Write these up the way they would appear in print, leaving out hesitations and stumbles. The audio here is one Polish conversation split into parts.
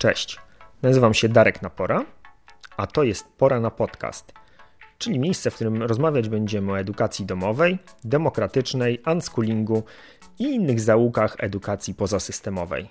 Cześć, nazywam się Darek Napora, a to jest Pora na Podcast, czyli miejsce, w którym rozmawiać będziemy o edukacji domowej, demokratycznej, unschoolingu i innych zaułkach edukacji pozasystemowej.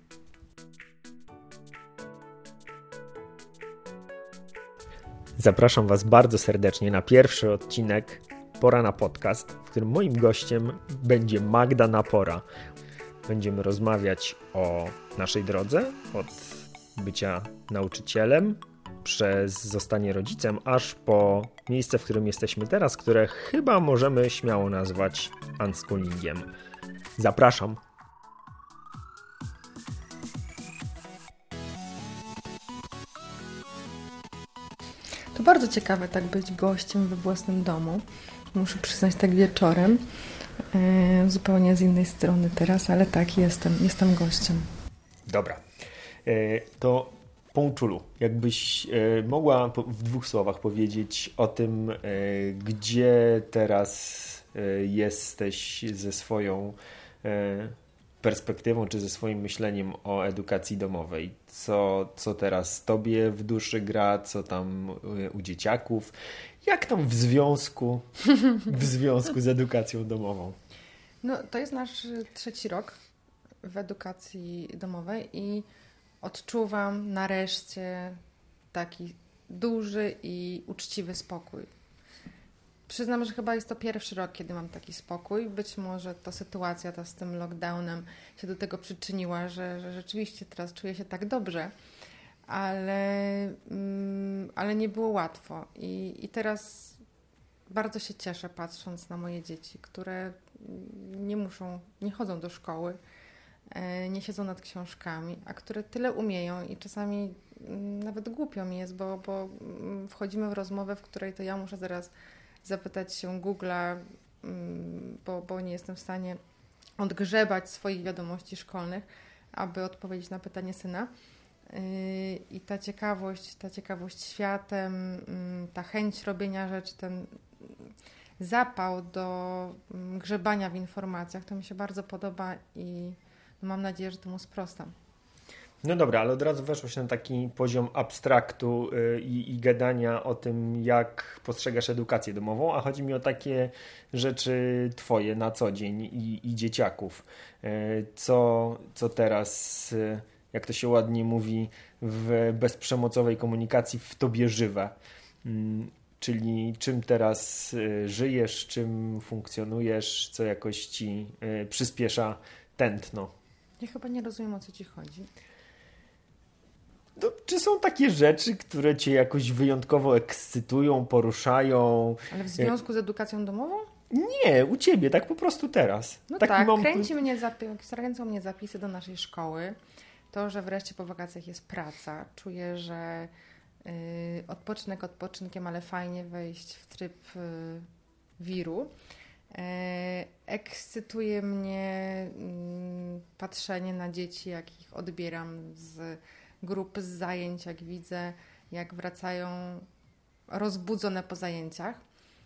Zapraszam Was bardzo serdecznie na pierwszy odcinek Pora na Podcast, w którym moim gościem będzie Magda Napora. Będziemy rozmawiać o naszej drodze, od bycia nauczycielem, przez zostanie rodzicem, aż po miejsce, w którym jesteśmy teraz, które chyba możemy śmiało nazwać unschoolingiem. Zapraszam. To bardzo ciekawe tak być gościem we własnym domu. Muszę przyznać, tak wieczorem. Zupełnie z innej strony teraz, ale tak, jestem gościem. Dobra. To Pączulu, jakbyś mogła w dwóch słowach powiedzieć o tym, gdzie teraz jesteś ze swoją perspektywą, czy ze swoim myśleniem o edukacji domowej. Co teraz tobie w duszy gra, co tam u dzieciaków, jak tam w związku z edukacją domową? No, to jest nasz 3. rok w edukacji domowej i odczuwam nareszcie taki duży i uczciwy spokój. Przyznam, że chyba jest to pierwszy rok, kiedy mam taki spokój. Być może to sytuacja ta z tym lockdownem się do tego przyczyniła, że rzeczywiście teraz czuję się tak dobrze, ale nie było łatwo. I teraz bardzo się cieszę, patrząc na moje dzieci, które nie chodzą do szkoły, nie siedzą nad książkami, a które tyle umieją i czasami nawet głupio mi jest, bo wchodzimy w rozmowę, w której to ja muszę zaraz zapytać się Google'a, bo nie jestem w stanie odgrzebać swoich wiadomości szkolnych, aby odpowiedzieć na pytanie syna. I ta ciekawość światem, ta chęć robienia rzeczy, ten zapał do grzebania w informacjach, to mi się bardzo podoba i mam nadzieję, że temu sprostam. No dobra, ale od razu weszło się na taki poziom abstraktu i gadania o tym, jak postrzegasz edukację domową, a chodzi mi o takie rzeczy twoje na co dzień i dzieciaków. Co teraz, jak to się ładnie mówi, w bezprzemocowej komunikacji w tobie żywe. Czyli czym teraz żyjesz, czym funkcjonujesz, co jakoś ci przyspiesza tętno. Ja chyba nie rozumiem, o co ci chodzi. No, czy są takie rzeczy, które cię jakoś wyjątkowo ekscytują, poruszają? Ale w związku z edukacją domową? Nie, u ciebie, tak po prostu teraz. No tak, kręcą mnie zapisy do naszej szkoły. To, że wreszcie po wakacjach jest praca. Czuję, że odpoczynek odpoczynkiem, ale fajnie wejść w tryb wiru. Ekscytuje mnie patrzenie na dzieci, jak ich odbieram z grupy, z zajęć, jak widzę, jak wracają rozbudzone po zajęciach.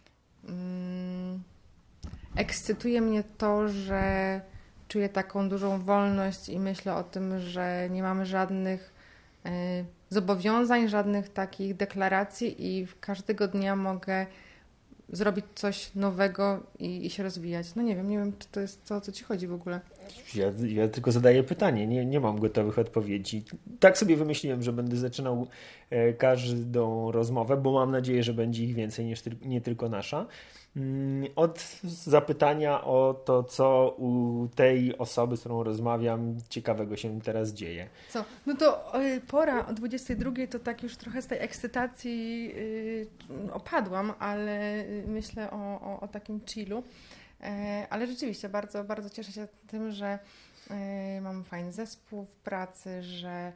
Ekscytuje mnie to, że czuję taką dużą wolność i myślę o tym, że nie mamy żadnych zobowiązań, żadnych takich deklaracji i każdego dnia mogę zrobić coś nowego i się rozwijać. No nie wiem, czy to jest to, o co ci chodzi w ogóle. Ja tylko zadaję pytanie, nie mam gotowych odpowiedzi. Tak sobie wymyśliłem, że będę zaczynał każdą rozmowę, bo mam nadzieję, że będzie ich więcej niż nie tylko nasza. Od zapytania o to, co u tej osoby, z którą rozmawiam, ciekawego się teraz dzieje. Co? No to pora o 22:00 to tak już trochę z tej ekscytacji opadłam, ale myślę o takim chillu. Ale rzeczywiście bardzo, bardzo cieszę się tym, że mam fajny zespół w pracy, że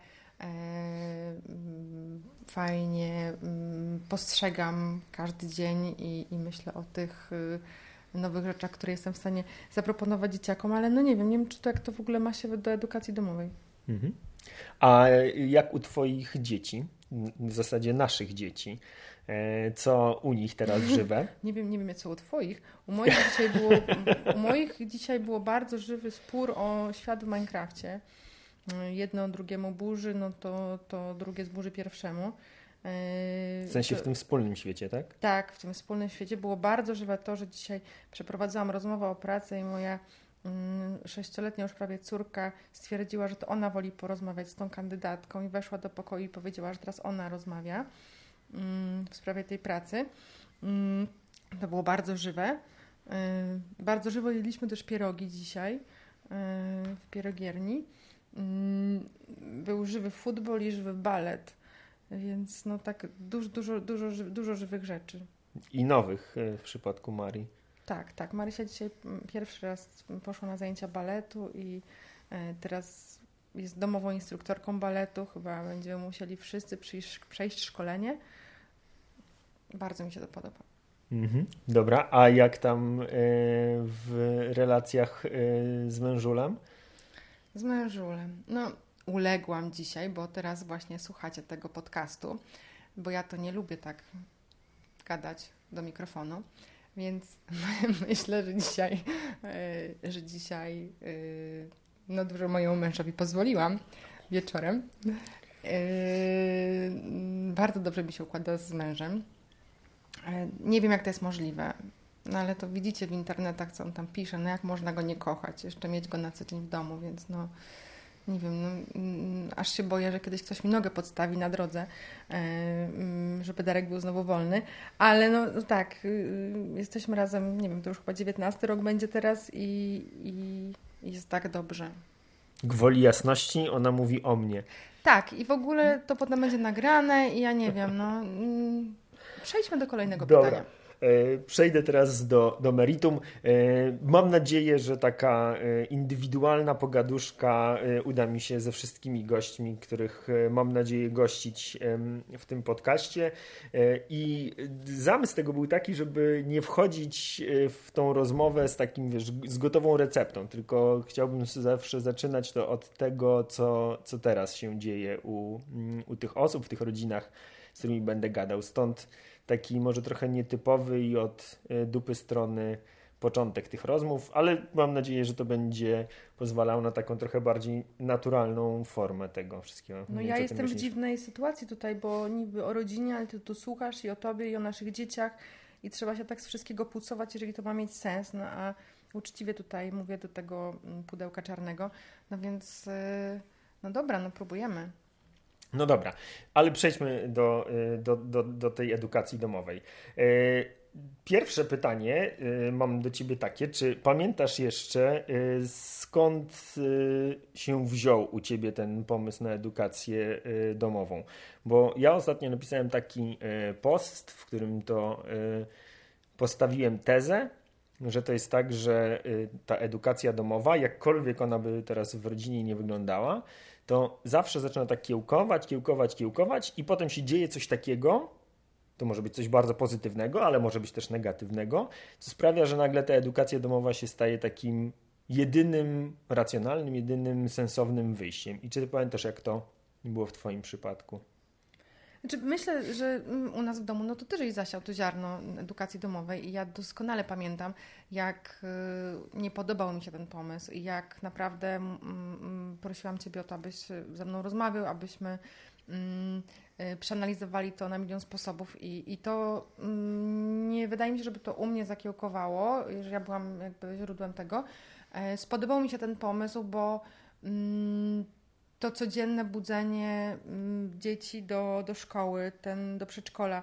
fajnie postrzegam każdy dzień i myślę o tych nowych rzeczach, które jestem w stanie zaproponować dzieciakom, ale no nie wiem, jak to w ogóle ma się do edukacji domowej. Mhm. A jak u twoich dzieci, w zasadzie naszych dzieci, co u nich teraz żywe? Nie wiem co u twoich. U moich dzisiaj było bardzo żywy spór o świat w Minecrafcie. jedno drugiemu burzy, no to drugie zburzy pierwszemu. W sensie w tym wspólnym świecie, tak? Tak, w tym wspólnym świecie było bardzo żywe to, że dzisiaj przeprowadzałam rozmowę o pracy i moja 6-letnia już prawie córka stwierdziła, że to ona woli porozmawiać z tą kandydatką i weszła do pokoju i powiedziała, że teraz ona rozmawia w sprawie tej pracy. To było bardzo żywe. Bardzo żywo jedliśmy też pierogi dzisiaj w pierogierni. Był żywy futbol i żywy balet, więc no tak dużo żywych rzeczy. I nowych w przypadku Marii. Tak. Marysia dzisiaj pierwszy raz poszła na zajęcia baletu i teraz jest domową instruktorką baletu. Chyba będziemy musieli wszyscy przejść szkolenie. Bardzo mi się to podoba. Dobra, a jak tam w relacjach z mężulem? Z mężulem. No, uległam dzisiaj, bo teraz właśnie słuchacie tego podcastu, bo ja to nie lubię tak gadać do mikrofonu, więc myślę, że dzisiaj no dużo mojemu mężowi pozwoliłam wieczorem. Bardzo dobrze mi się układa z mężem. Nie wiem, jak to jest możliwe, no ale to widzicie w internetach, co on tam pisze, no jak można go nie kochać, jeszcze mieć go na co dzień w domu, więc no nie wiem, no, aż się boję, że kiedyś ktoś mi nogę podstawi na drodze, żeby Darek był znowu wolny, ale no tak, jesteśmy razem, nie wiem, to już chyba 19 rok będzie teraz i jest tak dobrze. Gwoli jasności, ona mówi o mnie. Tak, i w ogóle to potem będzie nagrane i ja nie wiem, no... Przejdźmy do kolejnego pytania. Przejdę teraz do meritum. Mam nadzieję, że taka indywidualna pogaduszka uda mi się ze wszystkimi gośćmi, których mam nadzieję gościć w tym podcaście. I zamysł tego był taki, żeby nie wchodzić w tą rozmowę z takim, z gotową receptą, tylko chciałbym zawsze zaczynać to od tego, co teraz się dzieje u tych osób, w tych rodzinach, z którymi będę gadał. Stąd taki może trochę nietypowy i od dupy strony początek tych rozmów, ale mam nadzieję, że to będzie pozwalało na taką trochę bardziej naturalną formę tego wszystkiego. No ja jestem w dziwnej sytuacji tutaj, bo niby o rodzinie, ale ty tu słuchasz i o tobie i o naszych dzieciach i trzeba się tak z wszystkiego płucować, jeżeli to ma mieć sens, no a uczciwie tutaj mówię do tego pudełka czarnego, no więc no dobra, no próbujemy. No dobra, ale przejdźmy do tej edukacji domowej. Pierwsze pytanie mam do Ciebie takie, czy pamiętasz jeszcze skąd się wziął u Ciebie ten pomysł na edukację domową? Bo ja ostatnio napisałem taki post, w którym to postawiłem tezę, że to jest tak, że ta edukacja domowa, jakkolwiek ona by teraz w rodzinie nie wyglądała, to zawsze zaczyna tak kiełkować i potem się dzieje coś takiego, to może być coś bardzo pozytywnego, ale może być też negatywnego, co sprawia, że nagle ta edukacja domowa się staje takim jedynym racjonalnym, jedynym sensownym wyjściem. I czy ty pamiętasz, jak to było w twoim przypadku? Znaczy, myślę, że u nas w domu no to też zasiał to ziarno edukacji domowej i ja doskonale pamiętam, jak nie podobał mi się ten pomysł i jak naprawdę prosiłam Ciebie o to, abyś ze mną rozmawiał, abyśmy przeanalizowali to na milion sposobów i to nie wydaje mi się, żeby to u mnie zakiełkowało, że ja byłam jakby źródłem tego. Spodobał mi się ten pomysł, bo to codzienne budzenie dzieci do szkoły, do przedszkola,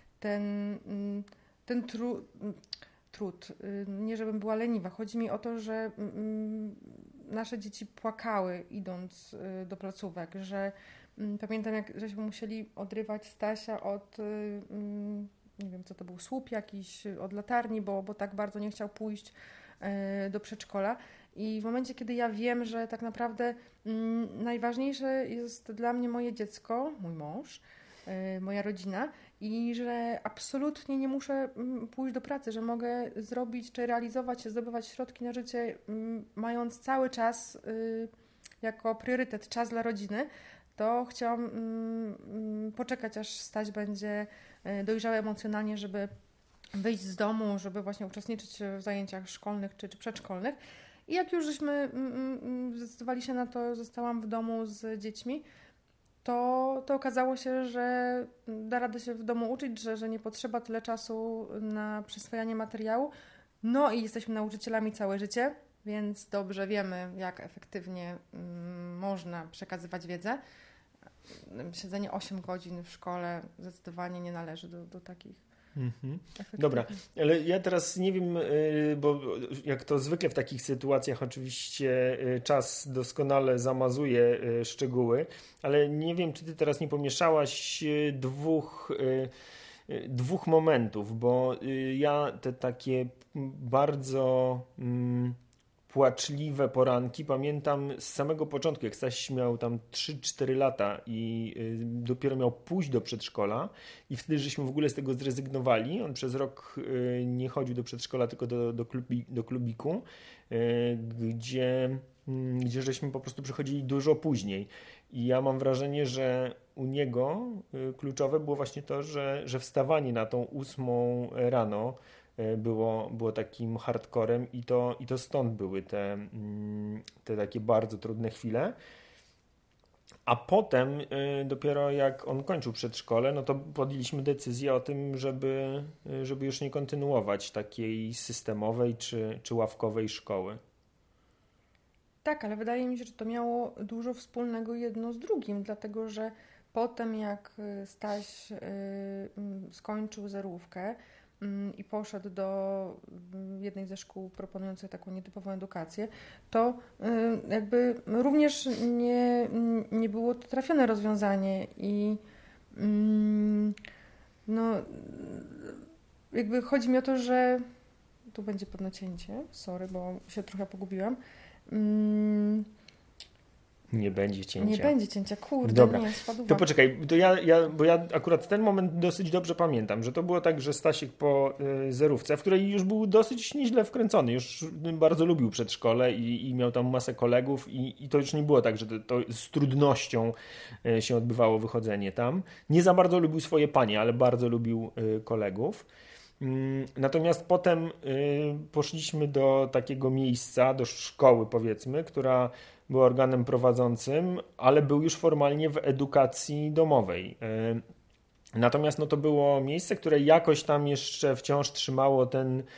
ten trud, nie żebym była leniwa, chodzi mi o to, że nasze dzieci płakały idąc do placówek, że pamiętam, jak żeśmy musieli odrywać Stasia od, nie wiem co to był, słup jakiś, od latarni, bo tak bardzo nie chciał pójść do przedszkola. I w momencie, kiedy ja wiem, że tak naprawdę najważniejsze jest dla mnie moje dziecko, mój mąż, moja rodzina i że absolutnie nie muszę pójść do pracy, że mogę zrobić czy realizować, zdobywać środki na życie, mając cały czas jako priorytet czas dla rodziny, to chciałam poczekać, aż Staś będzie dojrzały emocjonalnie, żeby wyjść z domu, żeby właśnie uczestniczyć w zajęciach szkolnych czy przedszkolnych. I jak już żeśmy zdecydowali się na to, zostałam w domu z dziećmi, to okazało się, że da radę się w domu uczyć, że nie potrzeba tyle czasu na przyswajanie materiału. No i jesteśmy nauczycielami całe życie, więc dobrze wiemy, jak efektywnie można przekazywać wiedzę. Siedzenie 8 godzin w szkole zdecydowanie nie należy do takich efektywnych. Dobra, ale ja teraz nie wiem, bo jak to zwykle w takich sytuacjach oczywiście czas doskonale zamazuje szczegóły, ale nie wiem, czy ty teraz nie pomieszałaś dwóch momentów, bo ja te takie bardzo płaczliwe poranki pamiętam z samego początku, jak Staś miał tam 3-4 lata i dopiero miał pójść do przedszkola i wtedy żeśmy w ogóle z tego zrezygnowali. On przez rok nie chodził do przedszkola, tylko do klubiku, gdzie żeśmy po prostu przychodzili dużo później. I ja mam wrażenie, że u niego kluczowe było właśnie to, że wstawanie na tą 8 rano było takim hardcorem i to stąd były te takie bardzo trudne chwile. A potem dopiero jak on kończył przedszkole, no to podjęliśmy decyzję o tym, żeby już nie kontynuować takiej systemowej czy ławkowej szkoły. Tak, ale wydaje mi się, że to miało dużo wspólnego jedno z drugim, dlatego że potem jak Staś skończył zerówkę i poszedł do jednej ze szkół proponujących taką nietypową edukację, to jakby również nie było to trafione rozwiązanie i no jakby chodzi mi o to, że tu będzie pewne cięcie, sorry, bo się trochę pogubiłam. Nie będzie cięcia. Nie będzie cięcia, kurde, dobra. Nie, spadł. To poczekaj, bo ja akurat ten moment dosyć dobrze pamiętam, że to było tak, że Stasiek po zerówce, w której już był dosyć nieźle wkręcony, już bardzo lubił przedszkole i miał tam masę kolegów i to już nie było tak, że to z trudnością się odbywało wychodzenie tam. Nie za bardzo lubił swoje panie, ale bardzo lubił kolegów. Natomiast potem poszliśmy do takiego miejsca, do szkoły powiedzmy, która była organem prowadzącym, ale był już formalnie w edukacji domowej. Natomiast no, to było miejsce, które jakoś tam jeszcze wciąż trzymało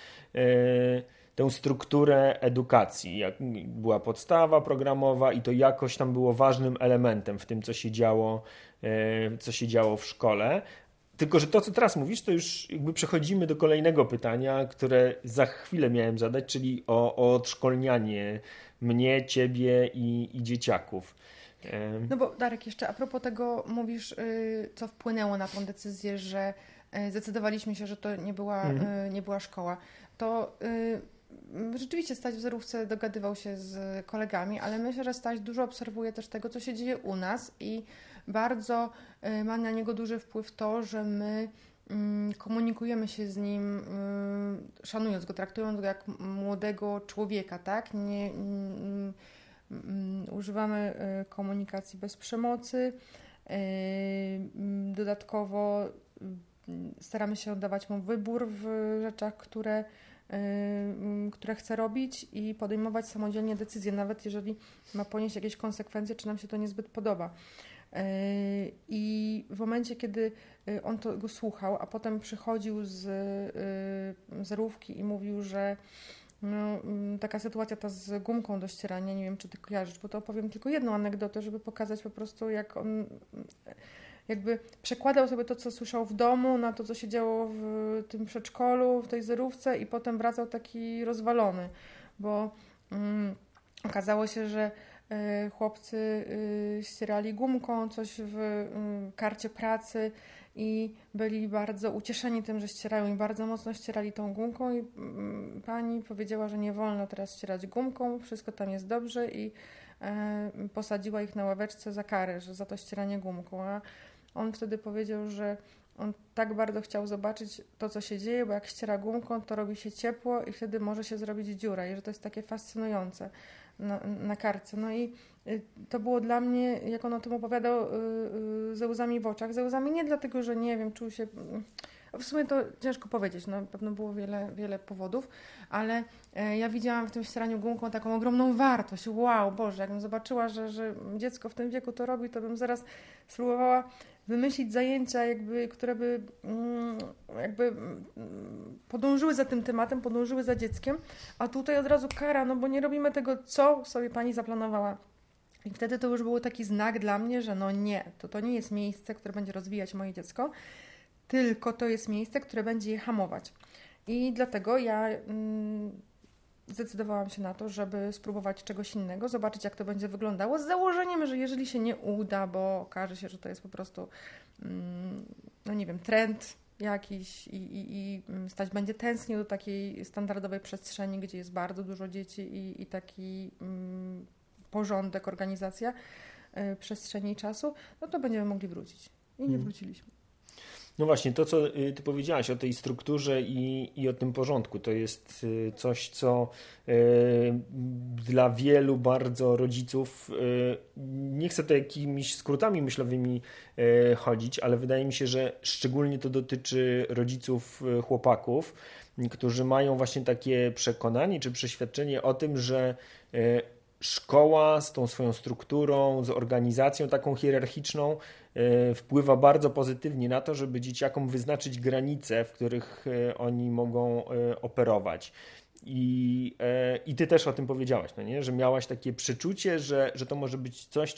tę strukturę edukacji. Była podstawa programowa i to jakoś tam było ważnym elementem w tym, co się działo w szkole. Tylko że to, co teraz mówisz, to już jakby przechodzimy do kolejnego pytania, które za chwilę miałem zadać, czyli o odszkolnianie mnie, ciebie i dzieciaków. No bo Darek, jeszcze a propos tego mówisz, co wpłynęło na tą decyzję, że zdecydowaliśmy się, że to nie była szkoła. To rzeczywiście Staś w zerówce dogadywał się z kolegami, ale myślę, że Staś dużo obserwuje też tego, co się dzieje u nas i bardzo ma na niego duży wpływ to, że my komunikujemy się z nim, szanując go, traktując go jak młodego człowieka, tak? Nie używamy komunikacji bez przemocy. Dodatkowo staramy się dawać mu wybór w rzeczach, które chce robić i podejmować samodzielnie decyzje, nawet jeżeli ma ponieść jakieś konsekwencje, czy nam się to niezbyt podoba. I w momencie, kiedy on go słuchał, a potem przychodził z zerówki i mówił, że no, taka sytuacja ta z gumką do ścierania, nie wiem, czy ty kojarzysz, bo to opowiem tylko jedną anegdotę, żeby pokazać po prostu, jak on jakby przekładał sobie to, co słyszał w domu, na to, co się działo w tym przedszkolu, w tej zerówce i potem wracał taki rozwalony, bo okazało się, że chłopcy ścierali gumką coś w karcie pracy i byli bardzo ucieszeni tym, że ścierają i bardzo mocno ścierali tą gumką i pani powiedziała, że nie wolno teraz ścierać gumką, wszystko tam jest dobrze i posadziła ich na ławeczce za karę, że za to ścieranie gumką, a on wtedy powiedział, że on tak bardzo chciał zobaczyć to, co się dzieje, bo jak ściera gumką, to robi się ciepło i wtedy może się zrobić dziura i że to jest takie fascynujące na kartce. No i to było dla mnie, jak on o tym opowiadał, ze łzami w oczach. Ze łzami nie dlatego, że nie wiem, czuł się W sumie to ciężko powiedzieć, no pewno było wiele powodów, ale ja widziałam w tym ścieraniu gumką taką ogromną wartość. Wow, Boże, jakbym zobaczyła, że dziecko w tym wieku to robi, to bym zaraz spróbowała wymyślić zajęcia, które by podążyły za tym tematem, podążyły za dzieckiem, a tutaj od razu kara, no bo nie robimy tego, co sobie pani zaplanowała. I wtedy to już był taki znak dla mnie, że no nie, to nie jest miejsce, które będzie rozwijać moje dziecko, tylko to jest miejsce, które będzie je hamować. I dlatego ja zdecydowałam się na to, żeby spróbować czegoś innego, zobaczyć, jak to będzie wyglądało, z założeniem, że jeżeli się nie uda, bo okaże się, że to jest po prostu, no nie wiem, trend jakiś i stać będzie tęsknił do takiej standardowej przestrzeni, gdzie jest bardzo dużo dzieci i taki porządek, organizacja przestrzeni i czasu, no to będziemy mogli wrócić. I nie wróciliśmy. No właśnie, to co ty powiedziałaś o tej strukturze i o tym porządku, to jest coś, co dla wielu bardzo rodziców, nie chcę tutaj jakimiś skrótami myślowymi chodzić, ale wydaje mi się, że szczególnie to dotyczy rodziców chłopaków, którzy mają właśnie takie przekonanie czy przeświadczenie o tym, że szkoła z tą swoją strukturą, z organizacją taką hierarchiczną wpływa bardzo pozytywnie na to, żeby dzieciakom wyznaczyć granice, w których oni mogą operować. I ty też o tym powiedziałaś, no nie? Że miałaś takie przeczucie, że to może być coś,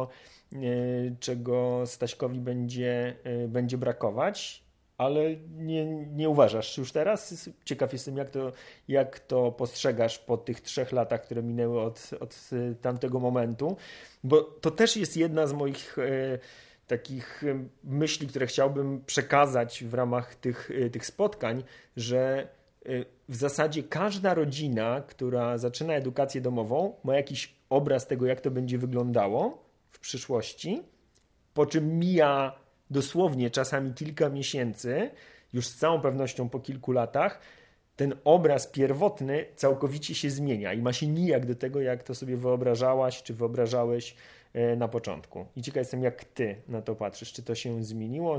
czego Staśkowi będzie brakować. Ale nie uważasz już teraz? Ciekaw jestem, jak to postrzegasz po tych 3 latach, które minęły od tamtego momentu, bo to też jest jedna z moich takich myśli, które chciałbym przekazać w ramach tych spotkań, że w zasadzie każda rodzina, która zaczyna edukację domową, ma jakiś obraz tego, jak to będzie wyglądało w przyszłości, po czym mija dosłownie czasami kilka miesięcy, już z całą pewnością po kilku latach, ten obraz pierwotny całkowicie się zmienia i ma się nijak do tego, jak to sobie wyobrażałaś, czy wyobrażałeś na początku. I ciekaw jestem, jak ty na to patrzysz. Czy to się zmieniło,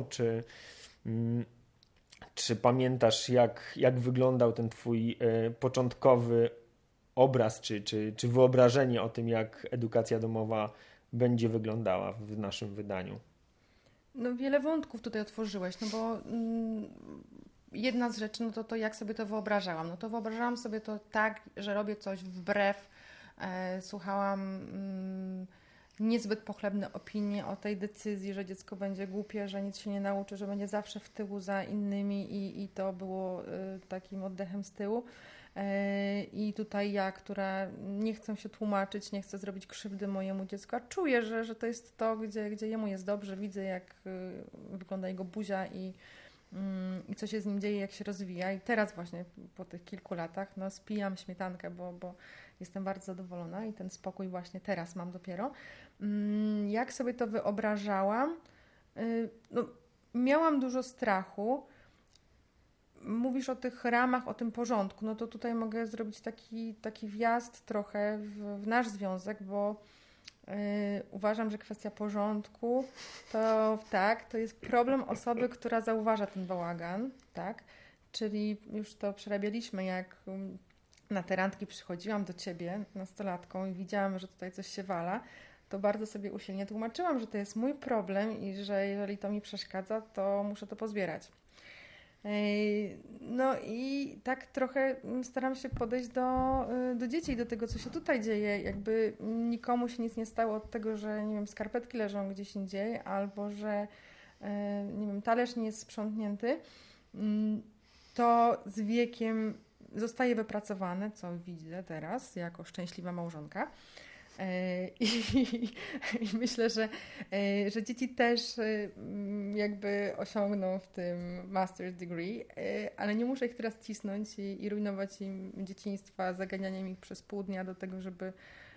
czy pamiętasz, jak wyglądał ten twój początkowy obraz, czy wyobrażenie o tym, jak edukacja domowa będzie wyglądała w naszym wydaniu? No wiele wątków tutaj otworzyłeś, no bo jedna z rzeczy, no to jak sobie to wyobrażałam. No to wyobrażałam sobie to tak, że robię coś wbrew, słuchałam niezbyt pochlebne opinie o tej decyzji, że dziecko będzie głupie, że nic się nie nauczy, że będzie zawsze w tyłu za innymi i to było takim oddechem z tyłu. I tutaj ja, która nie chcę się tłumaczyć, nie chcę zrobić krzywdy mojemu dziecku, a czuję, że to jest to, gdzie jemu jest dobrze, widzę jak wygląda jego buzia i co się z nim dzieje, jak się rozwija. I teraz właśnie po tych kilku latach no, spijam śmietankę, bo jestem bardzo zadowolona i ten spokój właśnie teraz mam dopiero. Jak sobie to wyobrażałam? No, miałam dużo strachu. Mówisz o tych ramach, o tym porządku, no to tutaj mogę zrobić taki wjazd trochę w nasz związek, bo uważam, że kwestia porządku to tak, to jest problem osoby, która zauważa ten bałagan, tak? Czyli już to przerabialiśmy, jak na te randki przychodziłam do ciebie nastolatką i widziałam, że tutaj coś się wala, to bardzo sobie usilnie tłumaczyłam, że to jest mój problem i że jeżeli to mi przeszkadza, to muszę to pozbierać. No i tak trochę staram się podejść do dzieci i do tego, co się tutaj dzieje. Jakby nikomu się nic nie stało od tego, że nie wiem, skarpetki leżą gdzieś indziej albo że nie wiem, talerz nie jest sprzątnięty. To z wiekiem zostaje wypracowane, co widzę teraz jako szczęśliwa małżonka. I myślę, że dzieci też jakby osiągną w tym master's degree, ale nie muszę ich teraz cisnąć i rujnować im dzieciństwa, zaganianiem ich przez pół dnia do tego, żeby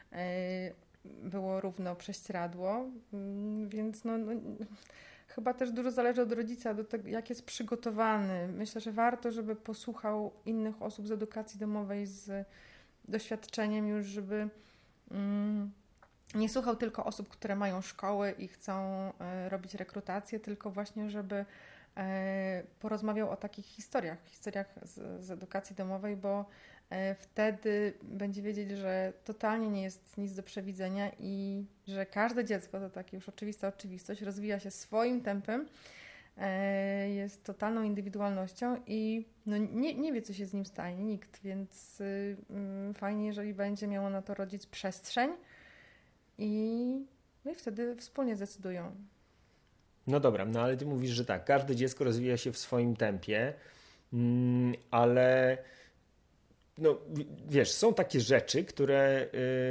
było równo prześcieradło. Więc no, chyba też dużo zależy od rodzica, do tego, jak jest przygotowany. Myślę, że warto, żeby posłuchał innych osób z edukacji domowej z doświadczeniem już, żeby nie słuchał tylko osób, które mają szkoły i chcą robić rekrutację, tylko właśnie, żeby porozmawiał o takich historiach z edukacji domowej, bo wtedy będzie wiedzieć, że totalnie nie jest nic do przewidzenia i że każde dziecko, to taka już oczywista oczywistość, rozwija się swoim tempem, jest totalną indywidualnością i no nie wie, co się z nim stanie, nikt, więc fajnie, jeżeli będzie miało na to rodzic przestrzeń no i wtedy wspólnie zdecydują. No dobra, no ale ty mówisz, że tak, każde dziecko rozwija się w swoim tempie, ale no wiesz, są takie rzeczy, które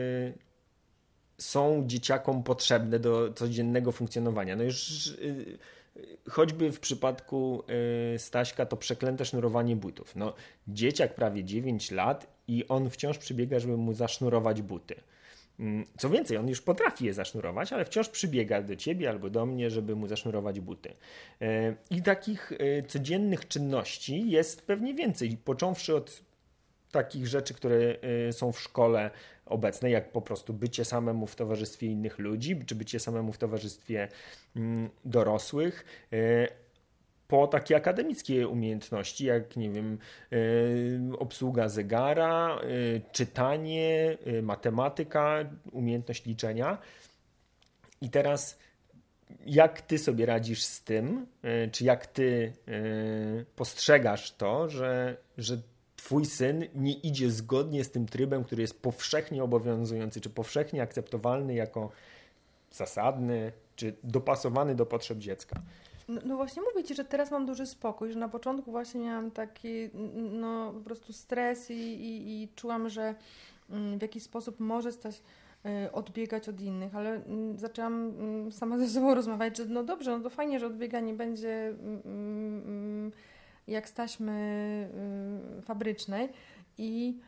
są dzieciakom potrzebne do codziennego funkcjonowania. No już choćby w przypadku Staśka to przeklęte sznurowanie butów. No, dzieciak prawie 9 lat i on wciąż przybiega, żeby mu zasznurować buty. Co więcej, on już potrafi je zasznurować, ale wciąż przybiega do ciebie albo do mnie, żeby mu zasznurować buty. I takich codziennych czynności jest pewnie więcej, począwszy od takich rzeczy, które są w szkole obecne, jak po prostu bycie samemu w towarzystwie innych ludzi, czy bycie samemu w towarzystwie dorosłych, po takie akademickie umiejętności, jak nie wiem, obsługa zegara, czytanie, matematyka, umiejętność liczenia. I teraz jak ty sobie radzisz z tym, czy jak ty postrzegasz to, że twój syn nie idzie zgodnie z tym trybem, który jest powszechnie obowiązujący, czy powszechnie akceptowalny jako zasadny, czy dopasowany do potrzeb dziecka? No właśnie mówię Ci, że teraz mam duży spokój, że na początku właśnie miałam taki no po prostu stres i czułam, że w jakiś sposób może stać odbiegać od innych, ale zaczęłam sama ze sobą rozmawiać, że no dobrze, no to fajnie, że odbieganie będzie jak z taśmy fabrycznej i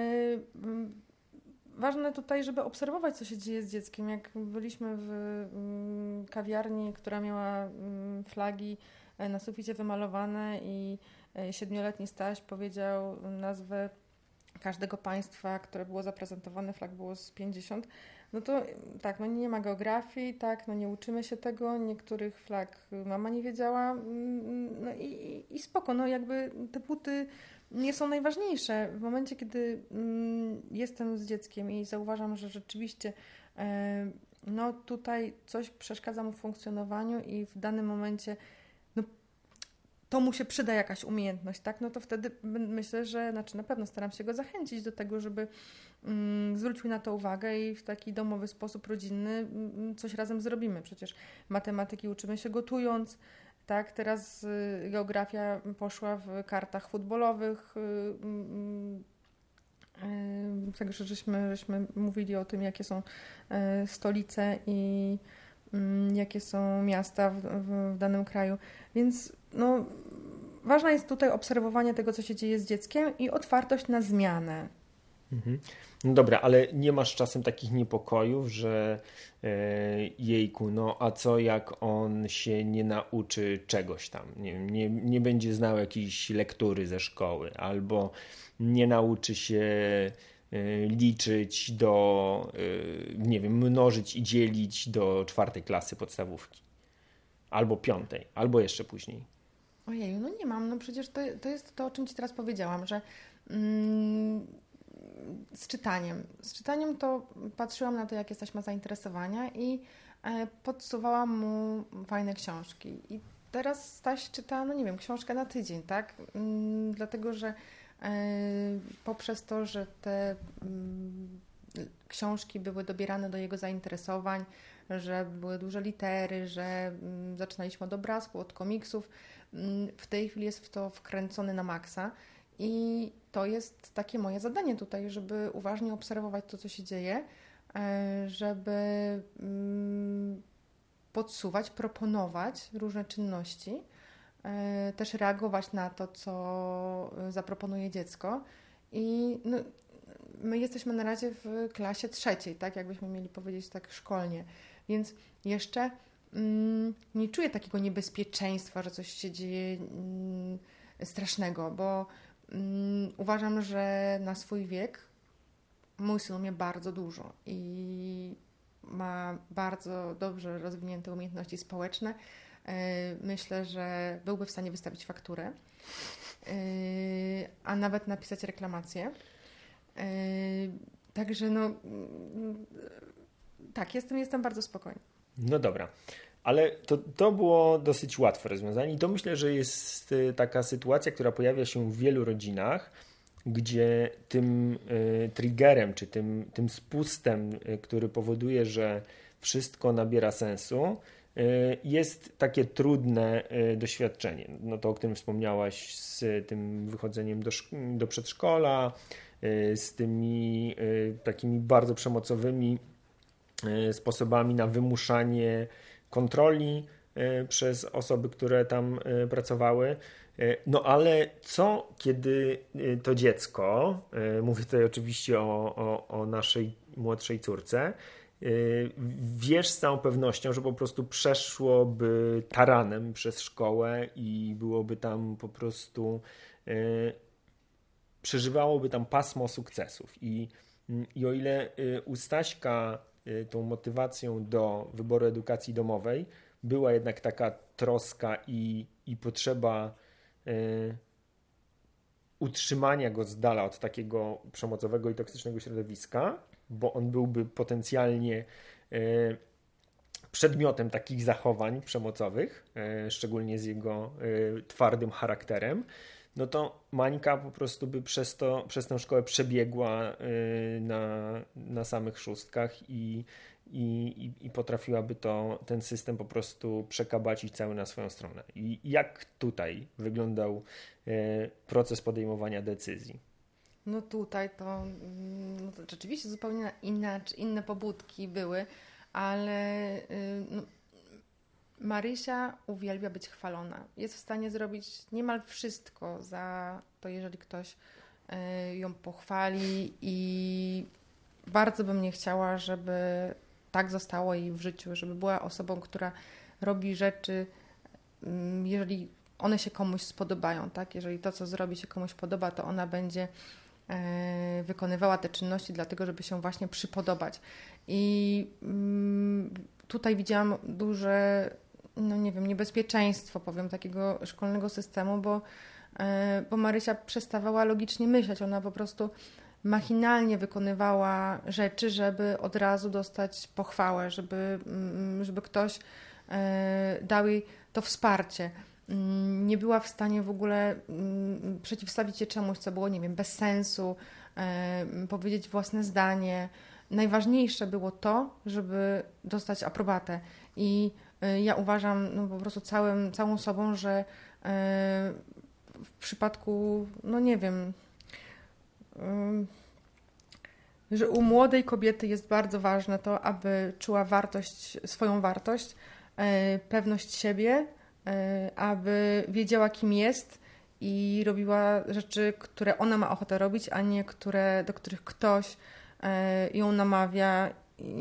ważne tutaj, żeby obserwować, co się dzieje z dzieckiem. Jak byliśmy w kawiarni, która miała flagi na suficie wymalowane i 7-letni Staś powiedział nazwę każdego państwa, które było zaprezentowane, flag było z 50, no to tak, no nie ma geografii, tak, no nie uczymy się tego, niektórych flag mama nie wiedziała, no i spoko, no jakby te buty nie są najważniejsze. W momencie, kiedy jestem z dzieckiem i zauważam, że rzeczywiście no tutaj coś przeszkadza mu w funkcjonowaniu i w danym momencie no, to mu się przyda jakaś umiejętność, tak? No to wtedy myślę, że znaczy na pewno staram się go zachęcić do tego, żeby zwrócił na to uwagę i w taki domowy sposób rodzinny coś razem zrobimy. Przecież matematyki uczymy się gotując, tak? Teraz geografia poszła w kartach futbolowych. Także żeśmy mówili o tym, jakie są stolice i jakie są miasta w danym kraju. Więc no, ważne jest tutaj obserwowanie tego, co się dzieje z dzieckiem i otwartość na zmianę. No dobra, ale nie masz czasem takich niepokojów, że jejku, no a co jak on się nie nauczy czegoś tam, nie wiem, nie będzie znał jakiejś lektury ze szkoły, albo nie nauczy się liczyć nie wiem, mnożyć i dzielić do 4. klasy podstawówki, albo 5., albo jeszcze później. Ojeju, no nie mam, no przecież to jest to, o czym Ci teraz powiedziałam, że z czytaniem to patrzyłam na to, jakie ma zainteresowania i podsuwałam mu fajne książki. I teraz Staś czyta, no nie wiem, książkę na tydzień, tak? Dlatego, że poprzez to, że te książki były dobierane do jego zainteresowań, że były duże litery, że zaczynaliśmy od obrazku, od komiksów. W tej chwili jest w to wkręcony na maksa i to jest takie moje zadanie tutaj, żeby uważnie obserwować to, co się dzieje, żeby podsuwać, proponować różne czynności, też reagować na to, co zaproponuje dziecko. I no, my jesteśmy na razie w klasie 3, tak jakbyśmy mieli powiedzieć tak szkolnie, więc jeszcze nie czuję takiego niebezpieczeństwa, że coś się dzieje strasznego, bo uważam, że na swój wiek mój syn umie bardzo dużo i ma bardzo dobrze rozwinięte umiejętności społeczne, myślę, że byłby w stanie wystawić fakturę, a nawet napisać reklamację. Także no tak, jestem bardzo spokojna. No dobra, ale to było dosyć łatwe rozwiązanie i to myślę, że jest taka sytuacja, która pojawia się w wielu rodzinach, gdzie tym triggerem, czy tym spustem, który powoduje, że wszystko nabiera sensu, jest takie trudne doświadczenie. No to, o którym wspomniałaś, z tym wychodzeniem do przedszkola, z tymi takimi bardzo przemocowymi sposobami na wymuszanie kontroli przez osoby, które tam pracowały. No ale co, kiedy to dziecko, mówię tutaj oczywiście o naszej młodszej córce, wiesz z całą pewnością, że po prostu przeszłoby taranem przez szkołę i byłoby tam po prostu, przeżywałoby tam pasmo sukcesów. I o ile u Staśka tą motywacją do wyboru edukacji domowej była jednak taka troska i potrzeba utrzymania go z dala od takiego przemocowego i toksycznego środowiska, bo on byłby potencjalnie przedmiotem takich zachowań przemocowych, szczególnie z jego twardym charakterem, no to Mańka po prostu by przez tę szkołę przebiegła na samych szóstkach i potrafiłaby ten system po prostu przekabacić cały na swoją stronę. I jak tutaj wyglądał proces podejmowania decyzji? No tutaj to rzeczywiście zupełnie inne pobudki były, ale no, Marysia uwielbia być chwalona. Jest w stanie zrobić niemal wszystko za to, jeżeli ktoś ją pochwali i bardzo bym nie chciała, żeby tak zostało jej w życiu, żeby była osobą, która robi rzeczy, jeżeli one się komuś spodobają, tak? Jeżeli to, co zrobi, się komuś podoba, to ona będzie wykonywała te czynności dlatego, żeby się właśnie przypodobać. I tutaj widziałam duże, no nie wiem, niebezpieczeństwo, powiem, takiego szkolnego systemu, bo Marysia przestawała logicznie myśleć. Ona po prostu machinalnie wykonywała rzeczy, żeby od razu dostać pochwałę, żeby ktoś dał jej to wsparcie. Nie była w stanie w ogóle przeciwstawić się czemuś, co było, nie wiem, bez sensu, powiedzieć własne zdanie. Najważniejsze było to, żeby dostać aprobatę. I ja uważam, no po prostu całą sobą, że w przypadku, no nie wiem, że u młodej kobiety jest bardzo ważne to, aby czuła swoją wartość, pewność siebie, aby wiedziała, kim jest i robiła rzeczy, które ona ma ochotę robić, a nie do których ktoś ją namawia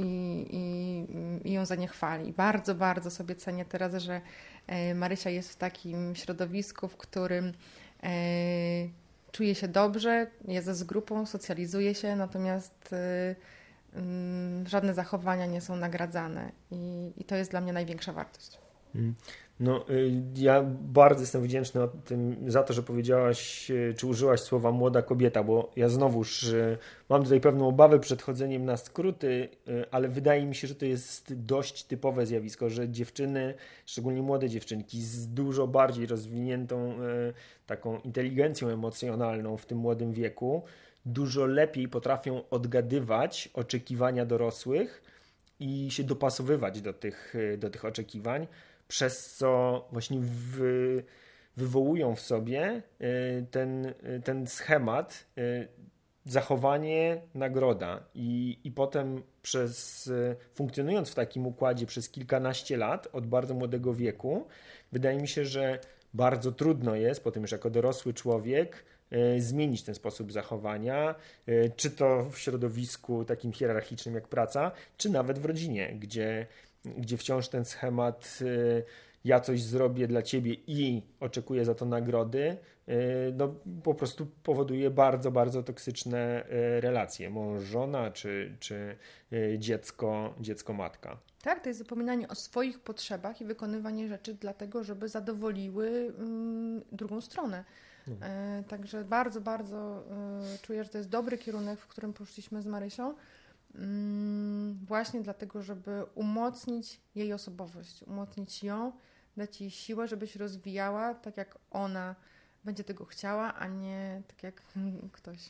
i ją za nie chwali. Bardzo, bardzo sobie cenię teraz, że Marysia jest w takim środowisku, w którym czuje się dobrze, jest z grupą, socjalizuje się, natomiast żadne zachowania nie są nagradzane i to jest dla mnie największa wartość. No, ja bardzo jestem wdzięczny za to, że powiedziałaś, czy użyłaś słowa młoda kobieta, bo ja znowuż mam tutaj pewną obawę przed chodzeniem na skróty, ale wydaje mi się, że to jest dość typowe zjawisko, że dziewczyny, szczególnie młode dziewczynki z dużo bardziej rozwiniętą taką inteligencją emocjonalną w tym młodym wieku, dużo lepiej potrafią odgadywać oczekiwania dorosłych i się dopasowywać do tych oczekiwań, przez co właśnie wywołują w sobie ten schemat zachowanie, nagroda i potem funkcjonując w takim układzie przez kilkanaście lat od bardzo młodego wieku, wydaje mi się, że bardzo trudno jest potem już jako dorosły człowiek zmienić ten sposób zachowania, czy to w środowisku takim hierarchicznym jak praca, czy nawet w rodzinie, gdzie gdzie wciąż ten schemat ja coś zrobię dla ciebie i oczekuję za to nagrody, no po prostu powoduje bardzo, bardzo toksyczne relacje. Mąż, żona czy dziecko, matka. Tak, to jest zapominanie o swoich potrzebach i wykonywanie rzeczy dlatego, żeby zadowoliły drugą stronę. Także bardzo, bardzo czuję, że to jest dobry kierunek, w którym poszliśmy z Marysią. Właśnie dlatego, żeby umocnić jej osobowość, umocnić ją, dać jej siłę, żeby się rozwijała tak, jak ona będzie tego chciała, a nie tak jak ktoś.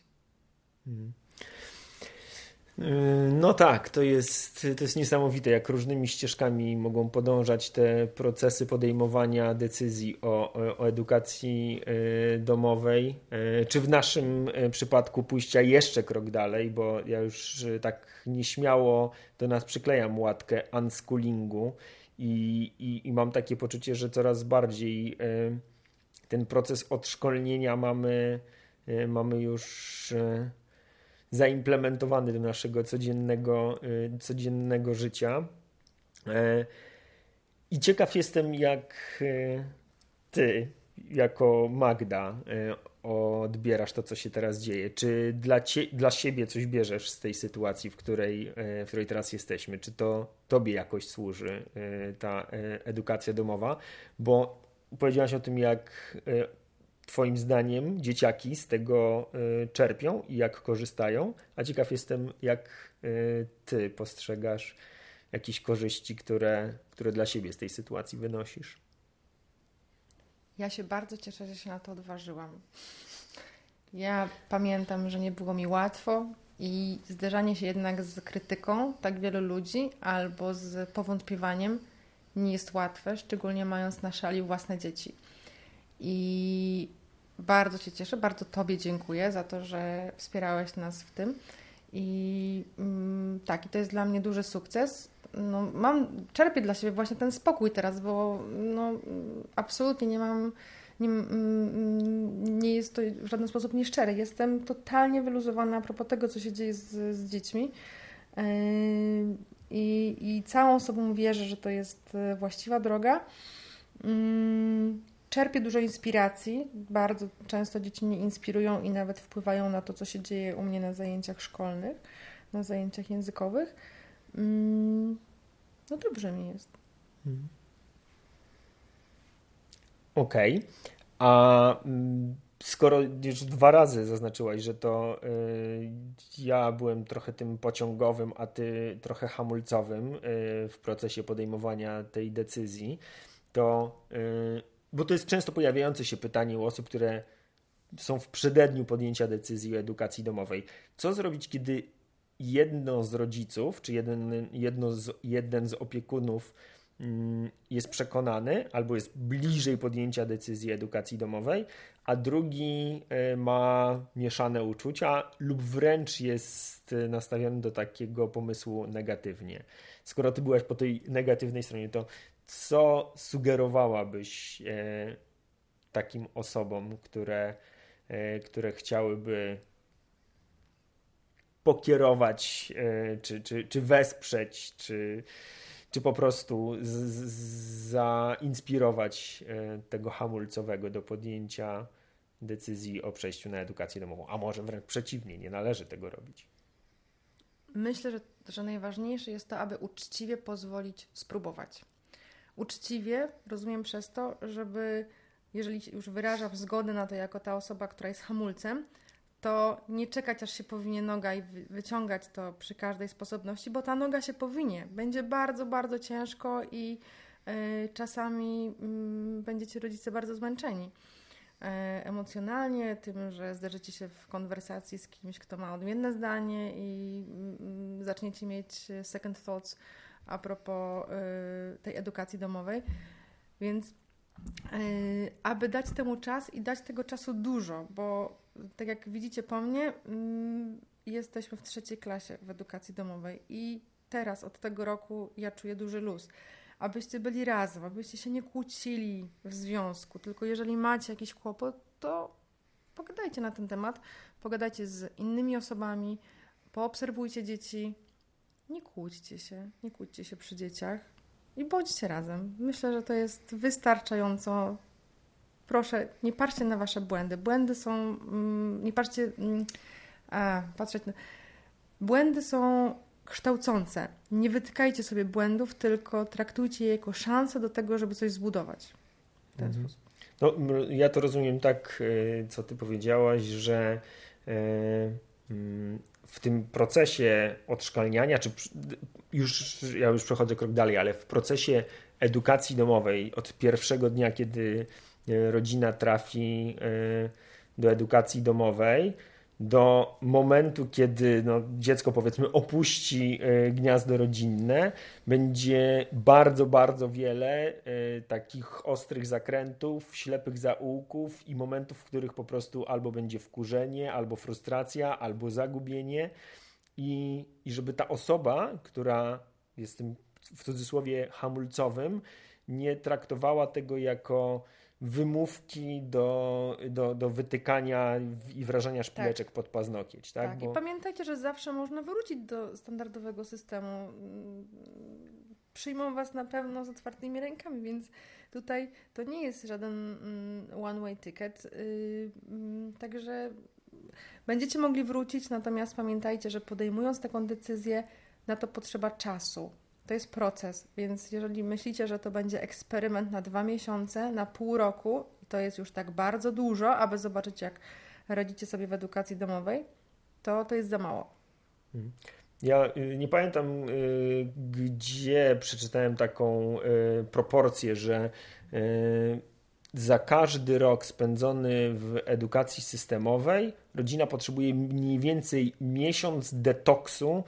No tak, to jest niesamowite, jak różnymi ścieżkami mogą podążać te procesy podejmowania decyzji o edukacji domowej, czy w naszym przypadku pójścia jeszcze krok dalej, bo ja już tak nieśmiało do nas przyklejam łatkę unschoolingu i mam takie poczucie, że coraz bardziej ten proces odszkolnienia mamy już zaimplementowany do naszego codziennego życia. I ciekaw jestem, jak ty, jako Magda, odbierasz to, co się teraz dzieje. Czy dla siebie coś bierzesz z tej sytuacji, w której teraz jesteśmy? Czy to tobie jakoś służy ta edukacja domowa? Bo powiedziałaś o tym, jak twoim zdaniem dzieciaki z tego czerpią i jak korzystają, a ciekaw jestem, jak ty postrzegasz jakieś korzyści, które dla siebie z tej sytuacji wynosisz. Ja się bardzo cieszę, że się na to odważyłam. Ja pamiętam, że nie było mi łatwo i zderzanie się jednak z krytyką tak wielu ludzi albo z powątpiewaniem nie jest łatwe, szczególnie mając na szali własne dzieci. I bardzo się cieszę, bardzo Tobie dziękuję za to, że wspierałeś nas w tym. I tak, i to jest dla mnie duży sukces. No, czerpię dla siebie właśnie ten spokój teraz, bo no, absolutnie nie jest to w żaden sposób nieszczere. Jestem totalnie wyluzowana a propos tego, co się dzieje z dziećmi. I całą sobą wierzę, że to jest właściwa droga. Czerpię dużo inspiracji. Bardzo często dzieci mnie inspirują i nawet wpływają na to, co się dzieje u mnie na zajęciach szkolnych, na zajęciach językowych. No dobrze mi jest. Okej. A skoro już 2 razy zaznaczyłaś, że to ja byłem trochę tym pociągowym, a ty trochę hamulcowym w procesie podejmowania tej decyzji, to bo to jest często pojawiające się pytanie u osób, które są w przededniu podjęcia decyzji o edukacji domowej. Co zrobić, kiedy jedno z rodziców, czy jeden z opiekunów jest przekonany albo jest bliżej podjęcia decyzji edukacji domowej, a drugi ma mieszane uczucia lub wręcz jest nastawiony do takiego pomysłu negatywnie. Skoro ty byłaś po tej negatywnej stronie, to co sugerowałabyś takim osobom, które chciałyby pokierować, czy wesprzeć, czy po prostu zainspirować tego hamulcowego do podjęcia decyzji o przejściu na edukację domową, a może wręcz przeciwnie, nie należy tego robić? Myślę, że najważniejsze jest to, aby uczciwie pozwolić spróbować. Uczciwie rozumiem przez to, żeby, jeżeli już wyrażam zgodę na to jako ta osoba, która jest hamulcem, to nie czekać, aż się powinie noga i wyciągać to przy każdej sposobności, bo ta noga się powinie. Będzie bardzo, bardzo ciężko i czasami będziecie rodzice bardzo zmęczeni emocjonalnie, tym, że zderzycie się w konwersacji z kimś, kto ma odmienne zdanie i zaczniecie mieć second thoughts a propos tej edukacji domowej. Więc aby dać temu czas i dać tego czasu dużo, bo tak jak widzicie po mnie, jesteśmy w 3. klasie w edukacji domowej i teraz od tego roku ja czuję duży luz. Abyście byli razem, abyście się nie kłócili w związku, tylko jeżeli macie jakiś kłopot, to pogadajcie na ten temat, pogadajcie z innymi osobami, poobserwujcie dzieci, nie kłóćcie się przy dzieciach. i bądźcie razem. Myślę, że to jest wystarczająco. Proszę, nie patrzcie na wasze błędy. Błędy są... Nie patrzcie... patrzeć na... Błędy są kształcące. Nie wytykajcie sobie błędów, tylko traktujcie je jako szansę do tego, żeby coś zbudować. W ten sposób. No, ja to rozumiem tak, co ty powiedziałaś, że w tym procesie odszkalniania, ja już przechodzę krok dalej, ale w procesie edukacji domowej od pierwszego dnia, kiedy rodzina trafi do edukacji domowej, do momentu, kiedy dziecko, powiedzmy, opuści gniazdo rodzinne, będzie bardzo, bardzo wiele takich ostrych zakrętów, ślepych zaułków i momentów, w których po prostu albo będzie wkurzenie, albo frustracja, albo zagubienie i żeby ta osoba, która jest tym w cudzysłowie hamulcowym, nie traktowała tego jako wymówki do wytykania i wrażenia szpileczek pod paznokieć. Tak? I pamiętajcie, że zawsze można wrócić do standardowego systemu. Przyjmą was na pewno z otwartymi rękami, więc tutaj to nie jest żaden one-way ticket. Także będziecie mogli wrócić, natomiast pamiętajcie, że podejmując taką decyzję, na to potrzeba czasu. To jest proces, więc jeżeli myślicie, że to będzie eksperyment na 2 miesiące, na pół roku, to jest już tak bardzo dużo, aby zobaczyć, jak radzicie sobie w edukacji domowej, to jest za mało. Ja nie pamiętam, gdzie przeczytałem taką proporcję, że za każdy rok spędzony w edukacji systemowej rodzina potrzebuje mniej więcej miesiąc detoksu,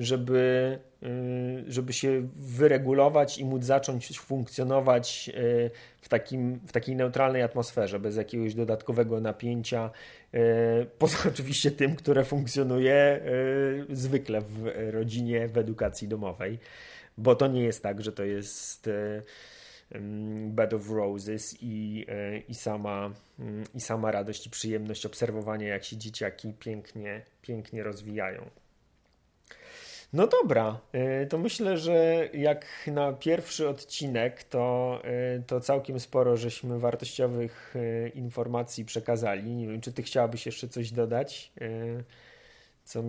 żeby się wyregulować i móc zacząć funkcjonować w takiej neutralnej atmosferze, bez jakiegoś dodatkowego napięcia, poza oczywiście tym, które funkcjonuje zwykle w rodzinie, w edukacji domowej, bo to nie jest tak, że to jest bed of roses i sama radość i przyjemność obserwowania, jak się dzieciaki pięknie rozwijają. No dobra, to myślę, że jak na pierwszy odcinek, to całkiem sporo żeśmy wartościowych informacji przekazali. Nie wiem, czy ty chciałabyś jeszcze coś dodać, co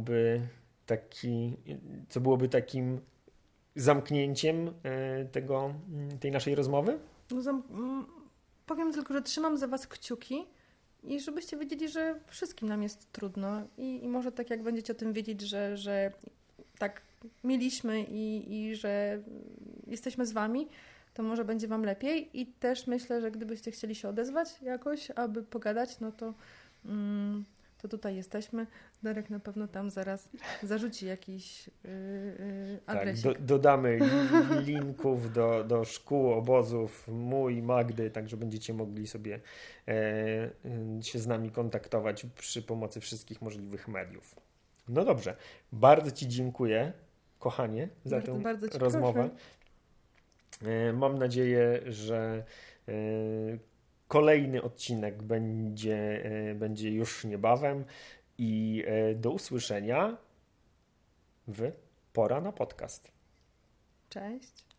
byłoby takim zamknięciem tej naszej rozmowy? Powiem tylko, że trzymam za was kciuki i żebyście wiedzieli, że wszystkim nam jest trudno i może tak jak będziecie o tym wiedzieć, że tak mieliśmy i że jesteśmy z wami, to może będzie wam lepiej i też myślę, że gdybyście chcieli się odezwać jakoś, aby pogadać, no to tutaj jesteśmy. Darek na pewno tam zaraz zarzuci jakiś adresik. Tak, dodamy linków do szkół, obozów, mój, Magdy, także będziecie mogli sobie się z nami kontaktować przy pomocy wszystkich możliwych mediów. No dobrze, bardzo ci dziękuję, kochanie, za tę rozmowę. Proszę. Mam nadzieję, że kolejny odcinek będzie już niebawem i do usłyszenia w Pora na podcast. Cześć.